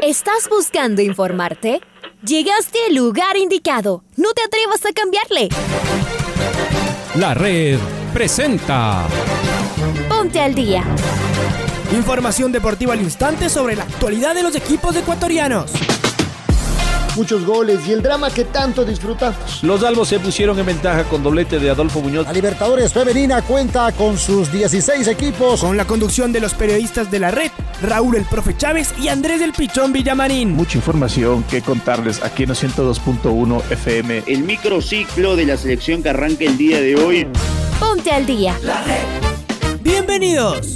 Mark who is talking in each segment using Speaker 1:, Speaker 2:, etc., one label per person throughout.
Speaker 1: ¿Estás buscando informarte? Llegaste al lugar indicado. No te atrevas a cambiarle.
Speaker 2: La Red presenta
Speaker 1: Ponte al día.
Speaker 3: Información deportiva al instante sobre la actualidad de los equipos ecuatorianos.
Speaker 4: Muchos goles y el drama que tanto disfrutamos.
Speaker 5: Los albos se pusieron en ventaja con doblete de Adolfo Muñoz.
Speaker 6: La Libertadores Femenina cuenta con sus 16 equipos.
Speaker 3: Con la conducción de los periodistas de La Red, Raúl el Profe Chávez y Andrés el Pichón Villamarín.
Speaker 5: Mucha información que contarles aquí en 102.1 FM.
Speaker 7: El microciclo de la selección que arranca el día de hoy.
Speaker 1: Ponte al día.
Speaker 3: La Red. Bienvenidos.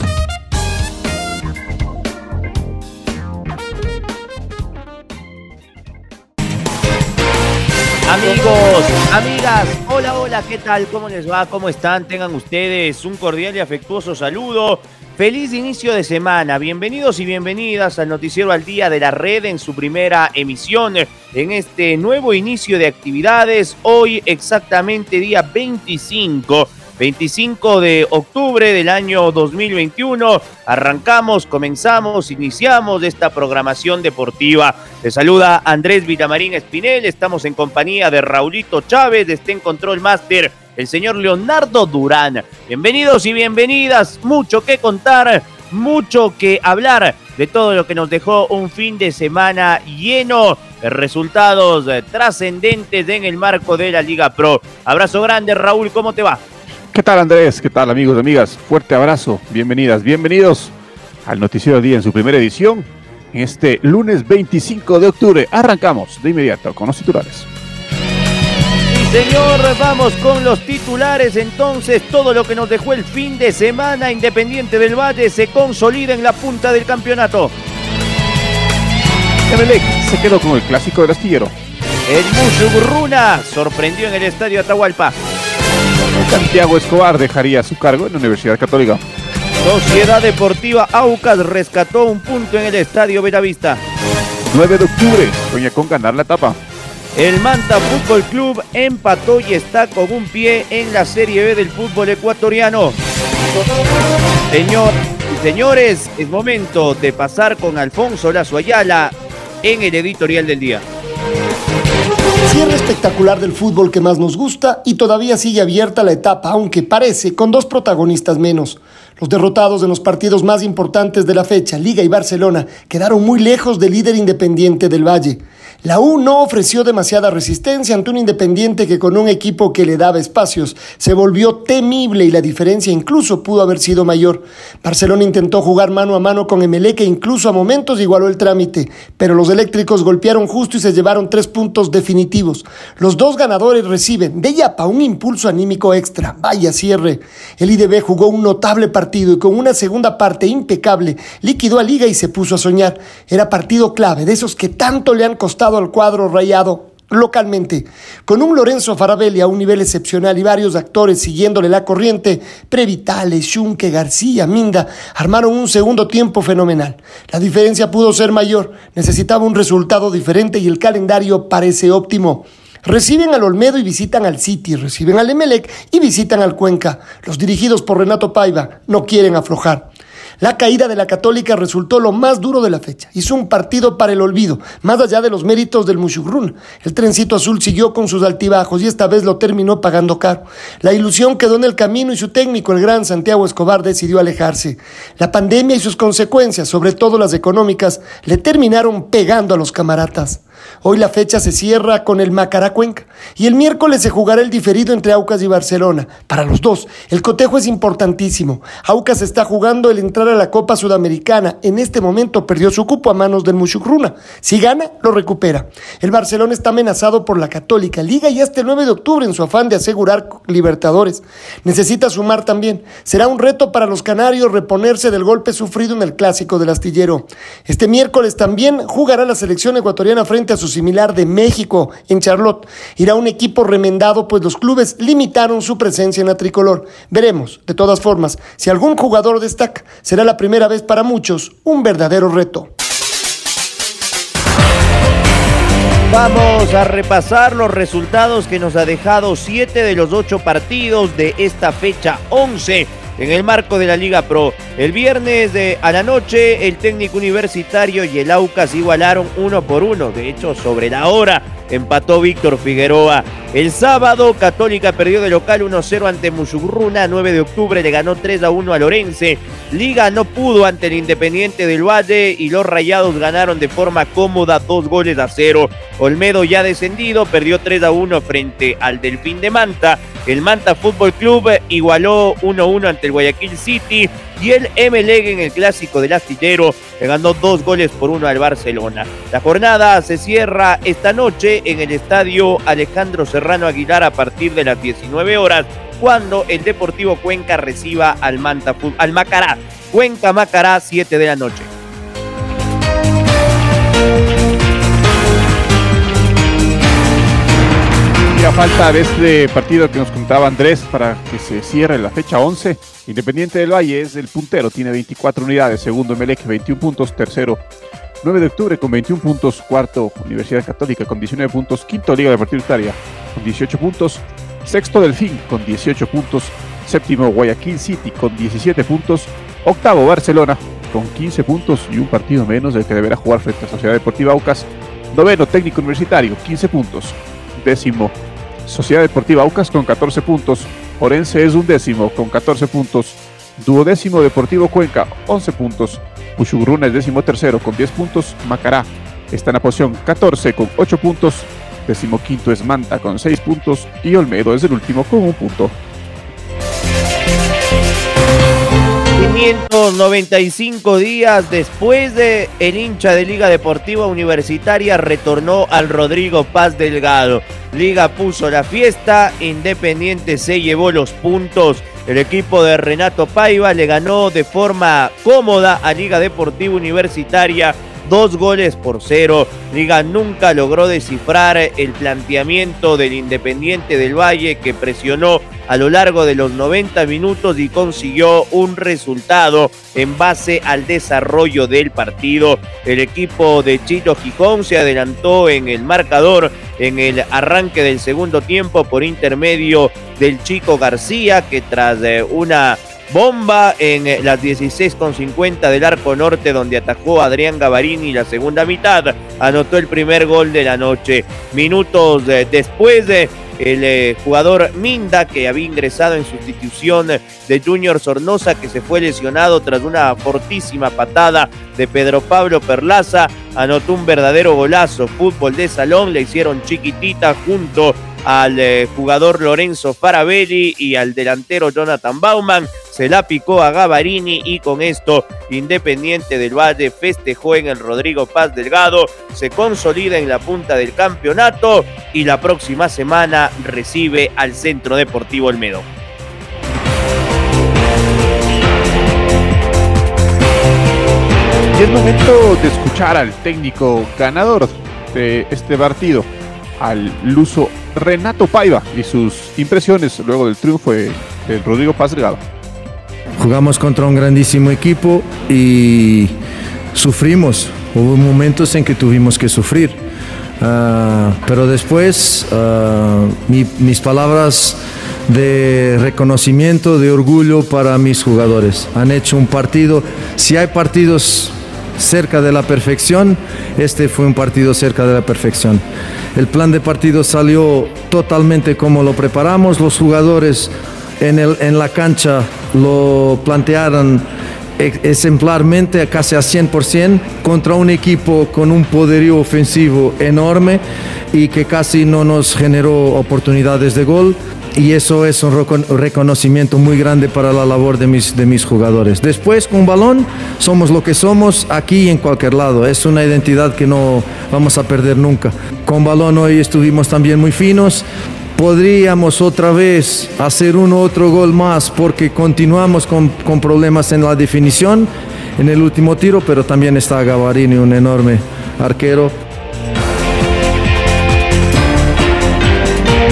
Speaker 8: Amigos, amigas, hola, ¿qué tal? ¿Cómo les va? ¿Cómo están? Tengan ustedes un cordial y afectuoso saludo. Feliz inicio de semana. Bienvenidos y bienvenidas al Noticiero al Día de La Red en su primera emisión en este nuevo inicio de actividades. Hoy exactamente día 25 de octubre del año 2021. Iniciamos esta programación deportiva. Te saluda Andrés Villamarín Espinel. Estamos en compañía de Raulito Chávez, está en Control Master el señor Leonardo Durán. Bienvenidos y bienvenidas. Mucho que contar, mucho que hablar de todo lo que nos dejó un fin de semana lleno de resultados trascendentes en el marco de la Liga Pro. Abrazo grande, Raúl, ¿cómo te va?
Speaker 5: ¿Qué tal, Andrés? ¿Qué tal, amigos y amigas? Fuerte abrazo, bienvenidas, bienvenidos al Noticiero del Día en su primera edición. En este lunes 25 de octubre arrancamos de inmediato con los titulares.
Speaker 8: Sí, señor, vamos con los titulares entonces. Todo lo que nos dejó el fin de semana. Independiente del Valle se consolida en la punta del campeonato.
Speaker 5: Emelec se quedó con el clásico del astillero.
Speaker 8: El Mushugurruna sorprendió en el Estadio Atahualpa.
Speaker 5: Santiago Escobar dejaría su cargo en la Universidad Católica.
Speaker 8: Sociedad Deportiva Aucas rescató un punto en el Estadio Bellavista.
Speaker 5: 9 de octubre, sueña con ganar la etapa.
Speaker 8: El Manta Fútbol Club empató y está con un pie en la Serie B del fútbol ecuatoriano. Señores, es momento de pasar con Alfonso Lazo Ayala en el editorial del día.
Speaker 4: Cierre espectacular del fútbol que más nos gusta y todavía sigue abierta la etapa, aunque parece con dos protagonistas menos. Los derrotados en los partidos más importantes de la fecha, Liga y Barcelona, quedaron muy lejos del líder Independiente del Valle. La U no ofreció demasiada resistencia ante un Independiente que con un equipo que le daba espacios se volvió temible y la diferencia incluso pudo haber sido mayor. Barcelona intentó jugar mano a mano con Emelec e incluso a momentos igualó el trámite, pero los eléctricos golpearon justo y se llevaron 3 puntos definitivos. Los dos ganadores reciben de Yapa un impulso anímico extra. Vaya cierre. El IDB jugó un notable partido y con una segunda parte impecable liquidó a Liga y se puso a soñar. Era partido clave, de esos que tanto le han costado al cuadro rayado localmente. Con un Lorenzo Faravelli a un nivel excepcional y varios actores siguiéndole la corriente, Previtale, Schunke, García, Minda, armaron un segundo tiempo fenomenal. La diferencia pudo ser mayor, necesitaba un resultado diferente y el calendario parece óptimo. Reciben al Olmedo y visitan al City, reciben al Emelec y visitan al Cuenca. Los dirigidos por Renato Paiva no quieren aflojar. La caída de la Católica resultó lo más duro de la fecha. Hizo un partido para el olvido, más allá de los méritos del Mushugurruna. El trencito azul siguió con sus altibajos y esta vez lo terminó pagando caro. La ilusión quedó en el camino y su técnico, el gran Santiago Escobar, decidió alejarse. La pandemia y sus consecuencias, sobre todo las económicas, le terminaron pegando a los camaratas. Hoy la fecha se cierra con el Macará Cuenca y el miércoles se jugará el diferido entre Aucas y Barcelona. Para los dos, el cotejo es importantísimo. Aucas está jugando el entrar a la Copa Sudamericana. En este momento perdió su cupo a manos del Mushugurruna. Si gana, lo recupera. El Barcelona está amenazado por la Católica. Liga ya hasta el 9 de octubre en su afán de asegurar Libertadores. Necesita sumar también. Será un reto para los canarios reponerse del golpe sufrido en el Clásico del Astillero. Este miércoles también jugará la selección ecuatoriana frente a su similar de México en Charlotte. Irá un equipo remendado, pues los clubes limitaron su presencia en la tricolor. Veremos, de todas formas, si algún jugador destaca. Será la primera vez para muchos un verdadero reto.
Speaker 8: Vamos a repasar los resultados que nos ha dejado 7 de los 8 partidos de esta fecha 11 en el marco de la Liga Pro. El viernes a la noche, el Técnico Universitario y el Aucas igualaron 1-1. De hecho, sobre la hora empató Víctor Figueroa. El sábado, Católica perdió de local 1-0 ante Musurruna. 9 de octubre le ganó 3-1 a Lorense. Liga no pudo ante el Independiente del Valle y los Rayados ganaron de forma cómoda 2-0. Olmedo, ya descendido, perdió 3-1 frente al Delfín de Manta. El Manta Fútbol Club igualó 1-1 ante el Guayaquil City y el Emelec en el Clásico del Astillero le ganó 2-1 al Barcelona. La jornada se cierra esta noche en el estadio Alejandro Serrano Aguilar a partir de las 19 horas, cuando el Deportivo Cuenca reciba al Macará. Cuenca Macará, 7 de la noche.
Speaker 5: Y a falta de este partido que nos contaba Andrés para que se cierre la fecha 11, Independiente del Valle es el puntero, tiene 24 unidades, segundo Emelec 21 puntos, tercero 9 de octubre con 21 puntos, cuarto Universidad Católica con 19 puntos, quinto Liga Deportiva con 18 puntos, sexto Delfín con 18 puntos, séptimo Guayaquil City con 17 puntos, octavo Barcelona con 15 puntos y un partido menos del que deberá jugar frente a Sociedad Deportiva Aucas, noveno Técnico Universitario 15 puntos, décimo Sociedad Deportiva Aucas con 14 puntos, Orense es undécimo con 14 puntos, duodécimo Deportivo Cuenca 11 puntos, Musurruna es 13º con 10 puntos, Macará está en la posición 14 con 8 puntos, 15º es Manta con 6 puntos y Olmedo es el último con 1 punto.
Speaker 8: 595 días después de el hincha de Liga Deportiva Universitaria retornó al Rodrigo Paz Delgado. Liga puso la fiesta, Independiente se llevó los puntos. El equipo de Renato Paiva le ganó de forma cómoda a Liga Deportiva Universitaria 2-0. Liga nunca logró descifrar el planteamiento del Independiente del Valle, que presionó a lo largo de los 90 minutos y consiguió un resultado en base al desarrollo del partido. El equipo de Chilo Gijón se adelantó en el marcador en el arranque del segundo tiempo por intermedio del Chico García, que tras una bomba en las 16:50 del arco norte, donde atajó a Adrián Gavarini la segunda mitad, anotó el primer gol de la noche. Minutos después, el jugador Minda, que había ingresado en sustitución de Junior Sornosa, que se fue lesionado tras una fortísima patada de Pedro Pablo Perlaza, anotó un verdadero golazo. Fútbol de salón, le hicieron chiquitita junto al jugador Lorenzo Farabelli y al delantero Jonathan Bauman. Se la picó a Gavarini y con esto Independiente del Valle festejó en el Rodrigo Paz Delgado, se consolida en la punta del campeonato y la próxima semana recibe al Centro Deportivo Olmedo.
Speaker 5: Y es momento de escuchar al técnico ganador de este partido, al luso Renato Paiva, y sus impresiones luego del triunfo del Rodrigo Paz Delgado.
Speaker 9: Jugamos contra un grandísimo equipo y sufrimos. Hubo momentos en que tuvimos que sufrir. Pero después mis palabras de reconocimiento, de orgullo para mis jugadores. Han hecho un partido. Si hay partidos cerca de la perfección, este fue un partido cerca de la perfección. El plan de partido salió totalmente como lo preparamos. Los jugadores en la cancha lo plantearon ejemplarmente, casi a 100%, contra un equipo con un poderío ofensivo enorme y que casi no nos generó oportunidades de gol. Y eso es un reconocimiento muy grande para la labor de mis jugadores. Después, con balón, somos lo que somos aquí y en cualquier lado. Es una identidad que no vamos a perder nunca. Con balón hoy estuvimos también muy finos. Podríamos otra vez hacer otro gol más porque continuamos con problemas en la definición en el último tiro, pero también está Gavarini, un enorme arquero.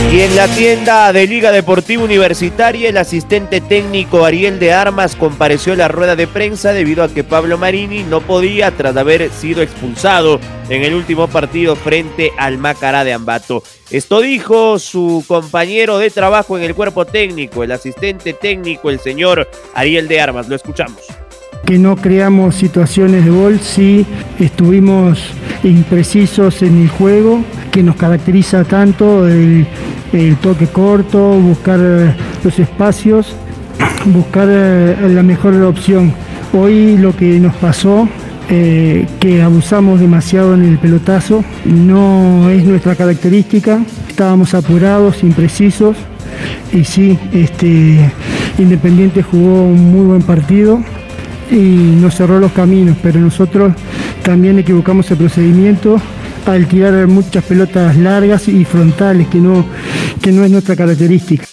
Speaker 8: Y en la tienda de Liga Deportiva Universitaria, el asistente técnico Ariel de Armas compareció a la rueda de prensa debido a que Pablo Marini no podía tras haber sido expulsado en el último partido frente al Macará de Ambato. Esto dijo su compañero de trabajo en el cuerpo técnico, el asistente técnico, el señor Ariel de Armas. Lo escuchamos.
Speaker 10: Que no creamos situaciones de gol, sí estuvimos imprecisos en el juego, que nos caracteriza tanto el toque corto, buscar los espacios, buscar la mejor opción. Hoy lo que nos pasó, que abusamos demasiado en el pelotazo, no es nuestra característica, estábamos apurados, imprecisos, y sí, Independiente jugó un muy buen partido y nos cerró los caminos, pero nosotros también equivocamos el procedimiento al tirar muchas pelotas largas y frontales, que no es nuestra característica.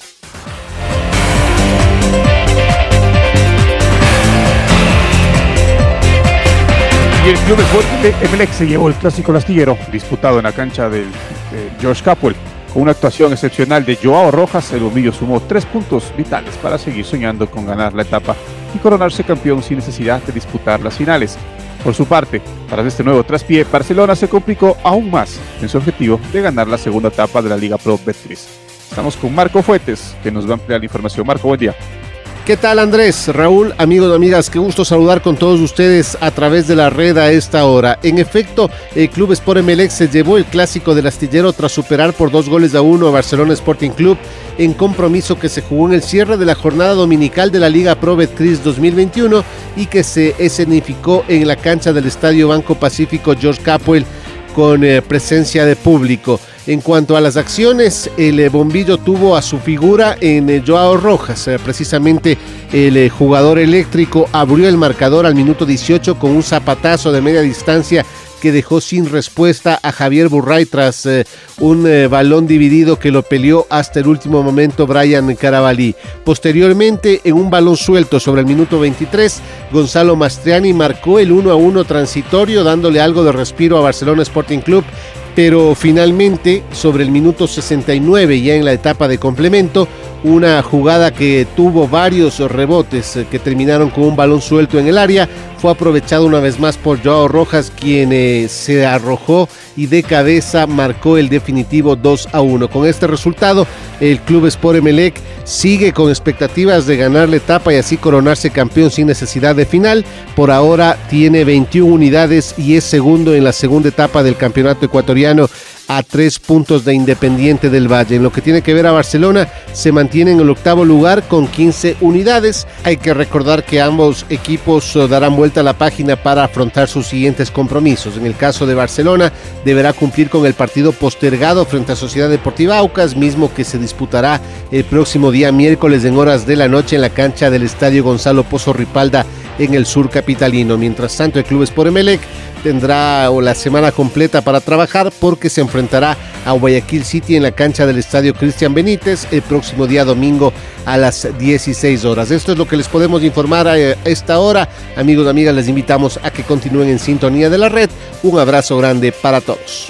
Speaker 5: Y el Club Sport Emelec se llevó el clásico astillero disputado en la cancha del George Capwell. Con una actuación excepcional de Joao Rojas, el bombillo sumó 3 puntos vitales para seguir soñando con ganar la etapa y coronarse campeón sin necesidad de disputar las finales. Por su parte, tras este nuevo traspié, Barcelona se complicó aún más en su objetivo de ganar la segunda etapa de la Liga Pro Betcris. Estamos con Marco Fuentes, que nos va a ampliar la información. Marco, buen día.
Speaker 11: ¿Qué tal, Andrés? Raúl, amigos y amigas, qué gusto saludar con todos ustedes a través de la red a esta hora. En efecto, el Club Sport Emelec se llevó el clásico del astillero tras superar por 2-1 a Barcelona Sporting Club en compromiso que se jugó en el cierre de la jornada dominical de la Liga Pro Betcris 2021 y que se escenificó en la cancha del Estadio Banco Pacífico George Capwell con presencia de público. En cuanto a las acciones, el bombillo tuvo a su figura en Joao Rojas. Precisamente el jugador eléctrico abrió el marcador al minuto 18 con un zapatazo de media distancia que dejó sin respuesta a Javier Burray tras un balón dividido que lo peleó hasta el último momento Brian Carabalí. Posteriormente, en un balón suelto sobre el minuto 23, Gonzalo Mastriani marcó el 1-1 transitorio, dándole algo de respiro a Barcelona Sporting Club, pero finalmente, sobre el minuto 69, ya en la etapa de complemento, una jugada que tuvo varios rebotes que terminaron con un balón suelto en el área, fue aprovechado una vez más por Joao Rojas, quien se arrojó y de cabeza marcó el definitivo 2-1. Con este resultado, el Club Sport Emelec sigue con expectativas de ganar la etapa y así coronarse campeón sin necesidad de final. Por ahora tiene 21 unidades y es segundo en la segunda etapa del campeonato ecuatoriano, a 3 puntos de Independiente del Valle. En lo que tiene que ver a Barcelona, se mantiene en el octavo lugar con 15 unidades. Hay que recordar que ambos equipos darán vuelta a la página para afrontar sus siguientes compromisos. En el caso de Barcelona, deberá cumplir con el partido postergado frente a Sociedad Deportiva Aucas, mismo que se disputará el próximo día miércoles en horas de la noche en la cancha del Estadio Gonzalo Pozo Ripalda en el sur capitalino. Mientras tanto, el Club Sport Emelec tendrá la semana completa para trabajar porque se enfrentará a Guayaquil City en la cancha del Estadio Cristian Benítez el próximo día domingo a las 16 horas. Esto es lo que les podemos informar a esta hora. Amigos y amigas, les invitamos a que continúen en sintonía de la red. Un abrazo grande para todos.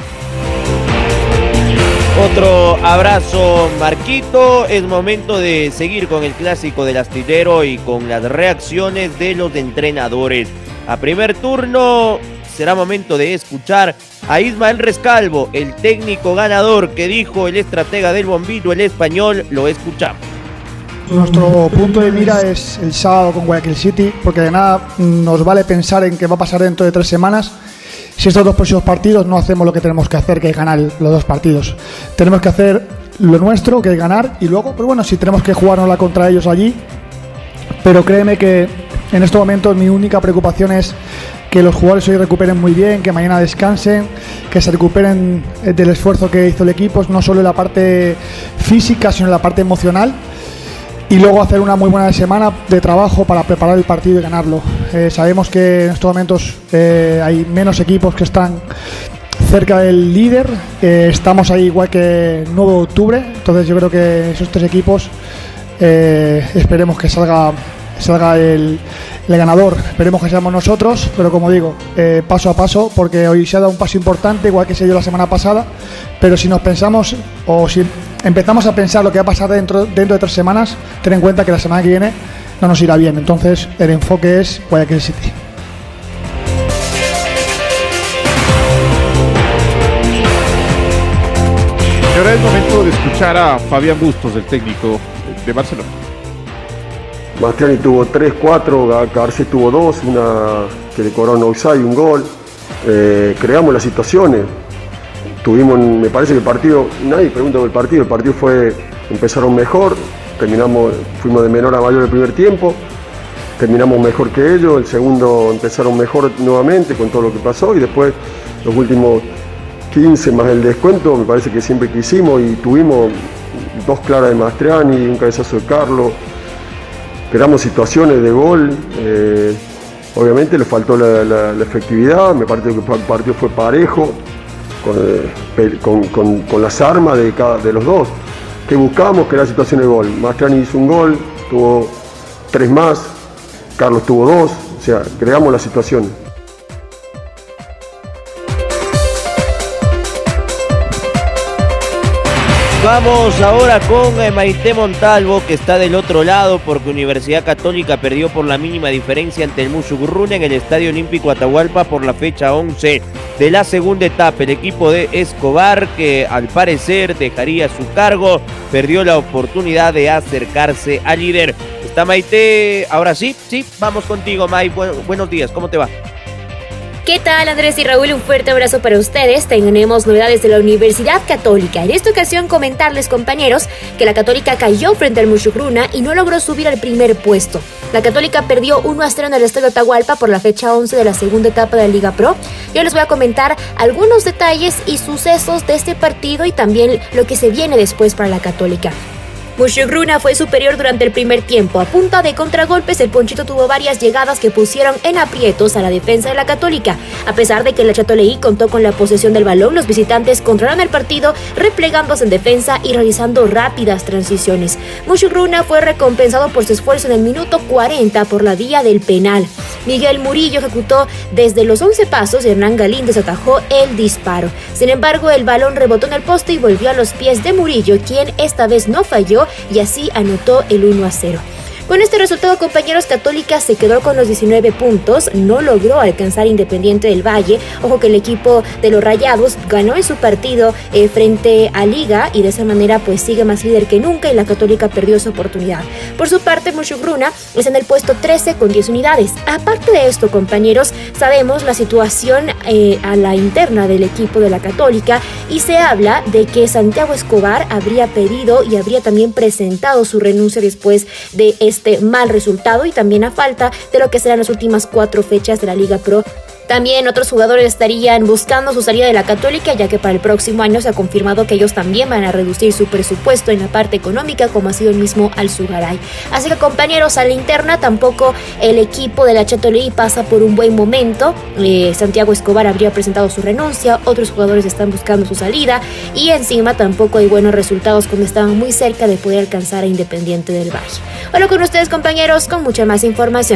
Speaker 8: Otro abrazo, Marquito. Es momento de seguir con el clásico del astillero y con las reacciones de los entrenadores. A primer turno será momento de escuchar a Ismael Rescalvo, el técnico ganador que dijo el estratega del bombillo, el español. Lo escuchamos.
Speaker 12: Nuestro punto de mira es el sábado con Guayaquil City, porque de nada nos vale pensar en qué va a pasar dentro de 3 semanas si estos 2 próximos partidos no hacemos lo que tenemos que hacer, que es ganar los 2 partidos. Tenemos que hacer lo nuestro, que es ganar, y luego, pues bueno, si tenemos que jugárnosla contra ellos allí. Pero créeme que en estos momentos mi única preocupación es que los jugadores hoy recuperen muy bien, que mañana descansen, que se recuperen del esfuerzo que hizo el equipo, no solo en la parte física, sino en la parte emocional, y luego hacer una muy buena semana de trabajo para preparar el partido y ganarlo. Sabemos que en estos momentos hay menos equipos que están cerca del líder, estamos ahí igual que 9 de octubre, entonces yo creo que esos 3 equipos esperemos que salga el ganador, esperemos que seamos nosotros, pero como digo, paso a paso, porque hoy se ha dado un paso importante, igual que se dio la semana pasada, pero si nos pensamos, o si empezamos a pensar lo que va a pasar dentro de 3 semanas, ten en cuenta que la semana que viene no nos irá bien. Entonces el enfoque es Guayaquil City.
Speaker 5: Y ahora es momento de escuchar a Fabián Bustos, el técnico de Barcelona.
Speaker 13: Mastriani tuvo 3-4, Garcés tuvo 2, una que le cobraron offside y un gol. Creamos las situaciones. Me parece que el partido, nadie pregunta por el partido empezaron mejor, fuimos de menor a mayor el primer tiempo, terminamos mejor que ellos, el segundo empezaron mejor nuevamente con todo lo que pasó y después los últimos 15 más el descuento, me parece que siempre quisimos y tuvimos 2 claras de Mastriani, un cabezazo de Carlos, creamos situaciones de gol, obviamente le faltó la efectividad, me parece que el partido fue parejo, con las armas de los dos. Que buscamos que era situación de gol. Mastriani hizo un gol, tuvo 3 más, Carlos tuvo 2, o sea, creamos la situación.
Speaker 8: Vamos ahora con Maite Montalvo, que está del otro lado porque Universidad Católica perdió por la mínima diferencia ante el Musugruna en el Estadio Olímpico Atahualpa por la fecha 11 de la segunda etapa. El equipo de Escobar, que al parecer dejaría su cargo, perdió la oportunidad de acercarse al líder. ¿Está Maite? Ahora sí, vamos contigo, May. Buenos días, ¿cómo te va?
Speaker 14: ¿Qué tal, Andrés y Raúl? Un fuerte abrazo para ustedes. Tenemos novedades de la Universidad Católica. En esta ocasión comentarles, compañeros, que la Católica cayó frente al Musugruna y no logró subir al primer puesto. La Católica perdió 1-0 en el Estadio Atahualpa por la fecha 11 de la segunda etapa de la Liga Pro. Yo les voy a comentar algunos detalles y sucesos de este partido y también lo que se viene después para la Católica. Musugruna fue superior durante el primer tiempo. A punta de contragolpes, el Ponchito tuvo varias llegadas que pusieron en aprietos a la defensa de la Católica. A pesar de que la Châtellerault contó con la posesión del balón, los visitantes controlaron el partido, replegándose en defensa y realizando rápidas transiciones. Musugruna fue recompensado por su esfuerzo en el minuto 40 por la vía del penal. Miguel Murillo ejecutó desde los 11 pasos y Hernán Galíndez atajó el disparo. Sin embargo, el balón rebotó en el poste y volvió a los pies de Murillo, quien esta vez no falló y así anotó el 1-0. Con este resultado, compañeros, Católica se quedó con los 19 puntos, no logró alcanzar Independiente del Valle. Ojo que el equipo de los Rayados ganó en su partido frente a Liga y de esa manera pues sigue más líder que nunca y la Católica perdió su oportunidad. Por su parte, Musugruna es en el puesto 13 con 10 unidades. Aparte de esto, compañeros, sabemos la situación a la interna del equipo de la Católica y se habla de que Santiago Escobar habría pedido y habría también presentado su renuncia después de este mal resultado y también a falta de lo que serán las últimas 4 fechas de la Liga Pro. También otros jugadores estarían buscando su salida de la Católica, ya que para el próximo año se ha confirmado que ellos también van a reducir su presupuesto en la parte económica, como ha sido el mismo Alzugaray. Así que, compañeros, a la interna tampoco el equipo de la Châtellerault pasa por un buen momento. Santiago Escobar habría presentado su renuncia, otros jugadores están buscando su salida y encima tampoco hay buenos resultados cuando estaban muy cerca de poder alcanzar a Independiente del Valle. Hola con ustedes, compañeros, con mucha más información.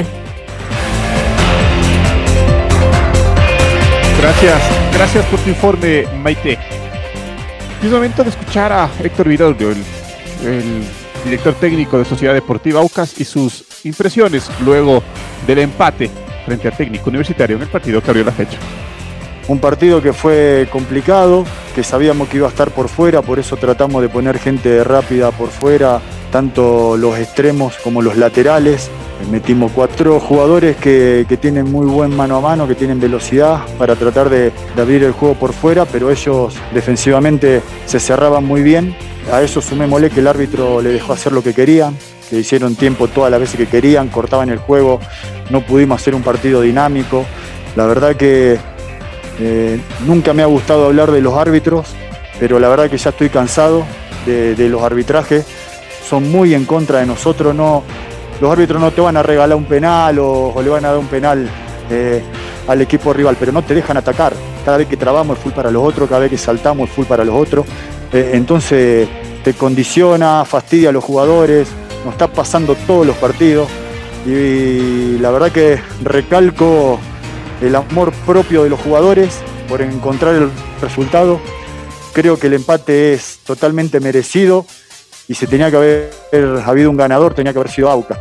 Speaker 5: Gracias por tu informe, Maite. Es momento de escuchar a Héctor Vidoglio, el director técnico de Sociedad Deportiva Aucas, y sus impresiones luego del empate frente al Técnico Universitario en el partido que abrió la fecha.
Speaker 15: Un partido que fue complicado, que sabíamos que iba a estar por fuera, por eso tratamos de poner gente rápida por fuera, tanto los extremos como los laterales. Metimos 4 jugadores que tienen muy buen mano a mano, que tienen velocidad para tratar de abrir el juego por fuera, pero ellos defensivamente se cerraban muy bien. A eso sumémosle que el árbitro le dejó hacer lo que querían, que hicieron tiempo todas las veces que querían, cortaban el juego, no pudimos hacer un partido dinámico. La verdad que nunca me ha gustado hablar de los árbitros, pero la verdad que ya estoy cansado de los arbitrajes, son muy en contra de nosotros. Los árbitros no te van a regalar un penal o le van a dar un penal al equipo rival, pero no te dejan atacar. Cada vez que trabamos es full para los otros, cada vez que saltamos es full para los otros. Entonces te condiciona, fastidia a los jugadores, nos está pasando todos los partidos. Y la verdad que recalco el amor propio de los jugadores por encontrar el resultado. creo que el empate es totalmente merecido y se tenía que haber habido un ganador, tenía que haber sido Aucas.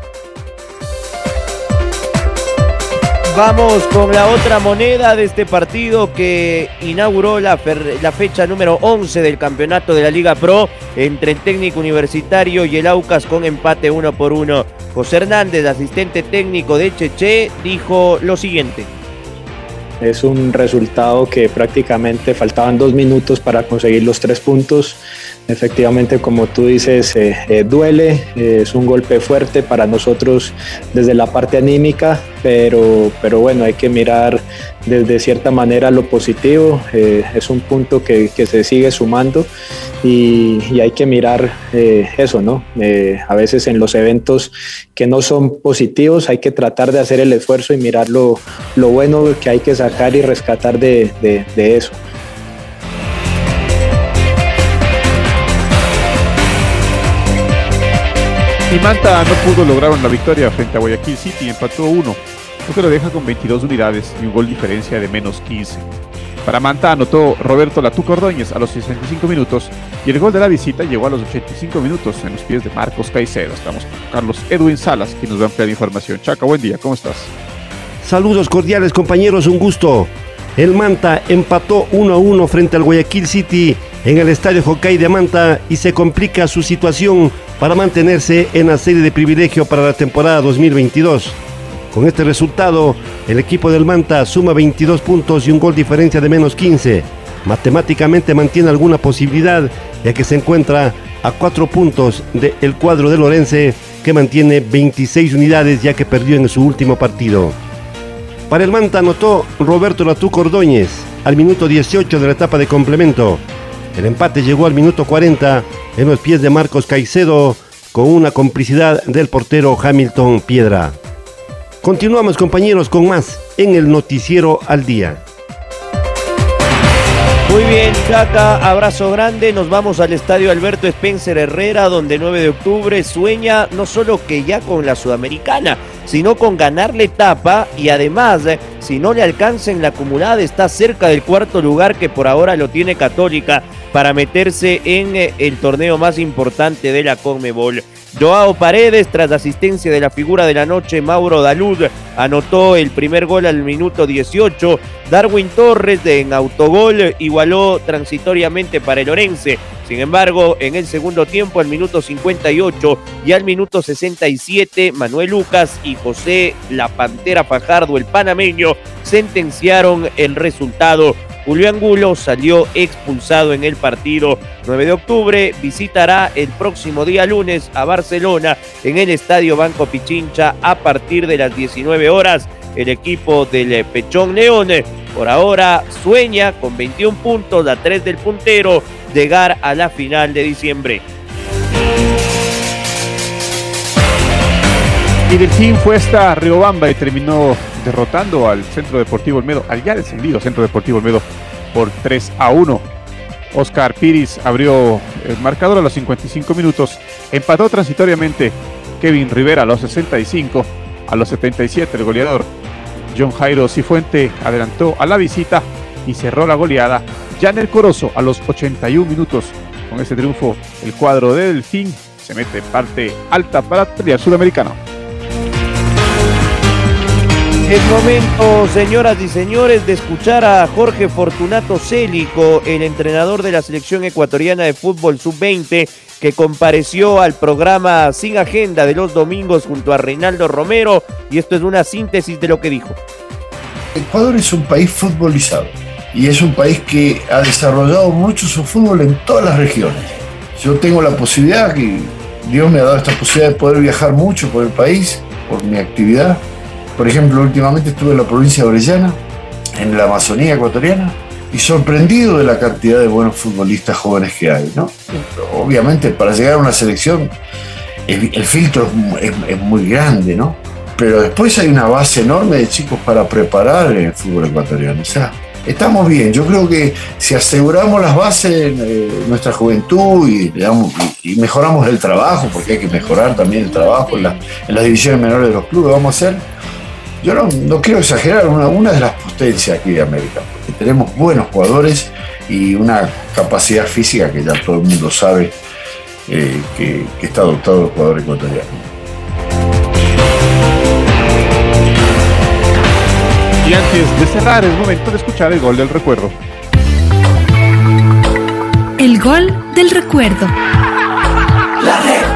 Speaker 8: Vamos con la otra moneda de este partido que inauguró la fecha número 11 del campeonato de la Liga Pro entre el Técnico Universitario y el Aucas con empate 1-1. José Hernández, asistente técnico de Cheche, dijo lo siguiente.
Speaker 16: Es un resultado que prácticamente faltaban 2 minutos para conseguir los 3 puntos. Efectivamente, como tú dices, duele, es un golpe fuerte para nosotros desde la parte anímica, pero bueno, hay que mirar desde cierta manera lo positivo. Es un punto que se sigue sumando y hay que mirar eso, ¿no? A veces en los eventos que no son positivos hay que tratar de hacer el esfuerzo y mirar lo bueno que hay que sacar y rescatar de eso.
Speaker 5: Y Manta no pudo lograr la victoria frente a Guayaquil City, empató 1, lo que lo deja con 22 unidades y un gol diferencia de menos 15. Para Manta anotó Roberto Latuco Ordóñez a los 65 minutos y el gol de la visita llegó a los 85 minutos en los pies de Marcos Caicedo. Estamos con Carlos Edwin Salas, quien nos va a ampliar información. Chaca, buen día, ¿cómo estás?
Speaker 17: Saludos cordiales, compañeros, un gusto. El Manta empató 1-1 frente al Guayaquil City en el Estadio Hokkaido de Manta y se complica su situación para mantenerse en la serie de privilegio para la temporada 2022. Con este resultado, el equipo del Manta suma 22 puntos y un gol diferencia de menos 15. Matemáticamente mantiene alguna posibilidad, ya que se encuentra a 4 puntos del cuadro de Lorense, que mantiene 26 unidades ya que perdió en su último partido. Para el Manta anotó Roberto Latuco Ordóñez al minuto 18 de la etapa de complemento. El empate llegó al minuto 40 en los pies de Marcos Caicedo con una complicidad del portero Hamilton Piedra. Continuamos, compañeros, con más en el Noticiero al Día.
Speaker 8: Muy bien, Chaca, abrazo grande. Nos vamos al estadio Alberto Spencer Herrera, donde 9 de octubre sueña no solo que ya con la Sudamericana, sino con ganar la etapa y además, si no le alcanza en la acumulada, está cerca del 4º lugar que por ahora lo tiene Católica para meterse en el torneo más importante de la Conmebol. Joao Paredes, tras asistencia de la figura de la noche, Mauro Dalud, anotó el primer gol al minuto 18. Darwin Torres en autogol igualó transitoriamente para el Orense. Sin embargo, en el segundo tiempo, al minuto 58 y al minuto 67, Manuel Lucas y José La Pantera Fajardo, el panameño, sentenciaron el resultado. Julio Angulo salió expulsado en el partido. 9 de octubre visitará el próximo día lunes a Barcelona en el Estadio Banco Pichincha a partir de las 19 horas. El equipo del Pechón León por ahora sueña con 21 puntos a 3 del puntero llegar a la final de diciembre.
Speaker 5: Y Delfín fue hasta Riobamba y terminó derrotando al Centro Deportivo Olmedo, al ya descendido Centro Deportivo Olmedo, por 3-1. Oscar Piris abrió el marcador a los 55 minutos, empató transitoriamente Kevin Rivera a los 65, a los 77 el goleador John Jairo Cifuente adelantó a la visita y cerró la goleada Janel Corozo a los 81 minutos. Con este triunfo el cuadro de Delfín se mete en parte alta para el sudamericano.
Speaker 8: Es momento, señoras y señores, de escuchar a Jorge Fortunato Célico, el entrenador de la selección ecuatoriana de fútbol sub-20, que compareció al programa Sin Agenda de los domingos junto a Reinaldo Romero, y esto es una síntesis de lo que dijo.
Speaker 18: Ecuador es un país futbolizado y es un país que ha desarrollado mucho su fútbol en todas las regiones. Yo tengo la posibilidad, que Dios me ha dado esta posibilidad de poder viajar mucho por el país, por mi actividad. Por ejemplo, últimamente estuve en la provincia de Orellana, en la Amazonía ecuatoriana, y sorprendido de la cantidad de buenos futbolistas jóvenes que hay, ¿no? Obviamente, para llegar a una selección, el filtro es muy grande, ¿no? Pero después hay una base enorme de chicos para preparar el fútbol ecuatoriano. O sea, estamos bien. Yo creo que si aseguramos las bases, nuestra juventud y mejoramos el trabajo, porque hay que mejorar también el trabajo en las divisiones menores de los clubes, vamos a hacer. Yo no quiero exagerar, una de las potencias aquí de América. Tenemos buenos jugadores y una capacidad física que ya todo el mundo sabe que está dotado el jugador ecuatoriano.
Speaker 5: Y antes de cerrar, es momento de escuchar el gol del recuerdo.
Speaker 19: El gol del recuerdo.
Speaker 20: La Red.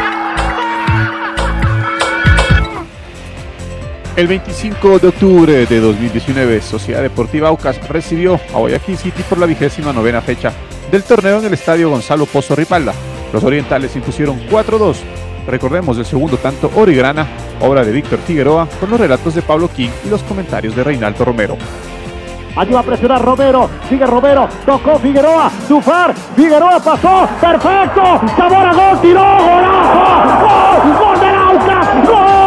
Speaker 5: El 25 de octubre de 2019, Sociedad Deportiva Aucas recibió a Guayaquil City por la 29ª fecha del torneo en el estadio Gonzalo Pozo Ripalda. Los orientales impusieron 4-2. Recordemos el segundo tanto Origrana, obra de Víctor Figueroa, con los relatos de Pablo King y los comentarios de Reinaldo Romero.
Speaker 21: Allí va a presionar Romero, sigue Romero, tocó Figueroa, Zufar, Figueroa pasó, perfecto, Zamora gol, tiró, golazo, gol, gol del Aucas, gol.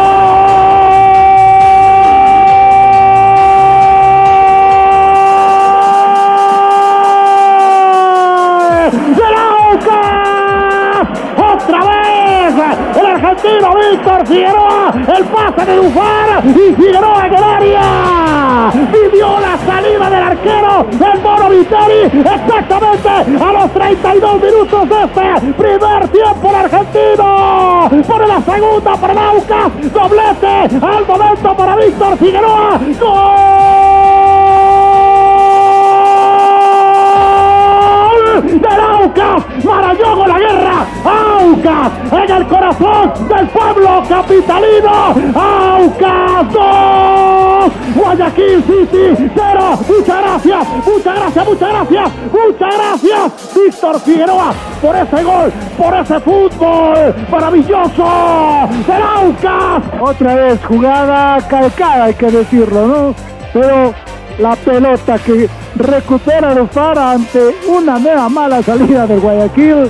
Speaker 21: El argentino Víctor Figueroa, el pase de Zufar y Figueroa en el área. Vivió la salida del arquero, el Mono Viteri, exactamente a los 32 minutos de este primer tiempo. El argentino pone la segunda para el Aucas, doblete al momento para Víctor Figueroa. Del Aucas, Marañón la guerra, Aucas en el corazón del pueblo capitalino, Aucas 2, Guayaquil City 0, muchas gracias, muchas gracias, muchas gracias, muchas gracias, Víctor Figueroa, por ese gol, por ese fútbol maravilloso del Aucas.
Speaker 10: Otra vez jugada calcada, hay que decirlo, ¿no? Pero la pelota que recupera Zufar ante una nueva mala salida del Guayaquil.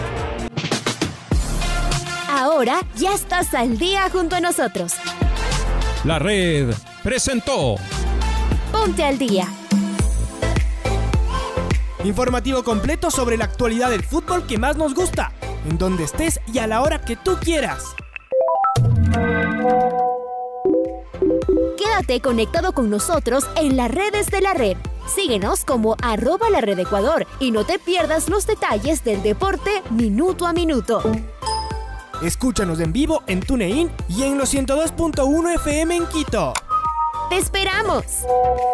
Speaker 1: Ahora ya estás al día junto a nosotros.
Speaker 2: La Red presentó
Speaker 1: Ponte al Día.
Speaker 3: Informativo completo sobre la actualidad del fútbol que más nos gusta, en donde estés y a la hora que tú quieras.
Speaker 1: Quédate conectado con nosotros en las redes de la Red. Síguenos como @LaRedEcuador y no te pierdas los detalles del deporte minuto a minuto.
Speaker 3: Escúchanos en vivo en TuneIn y en los 102.1 FM en Quito.
Speaker 1: ¡Te esperamos!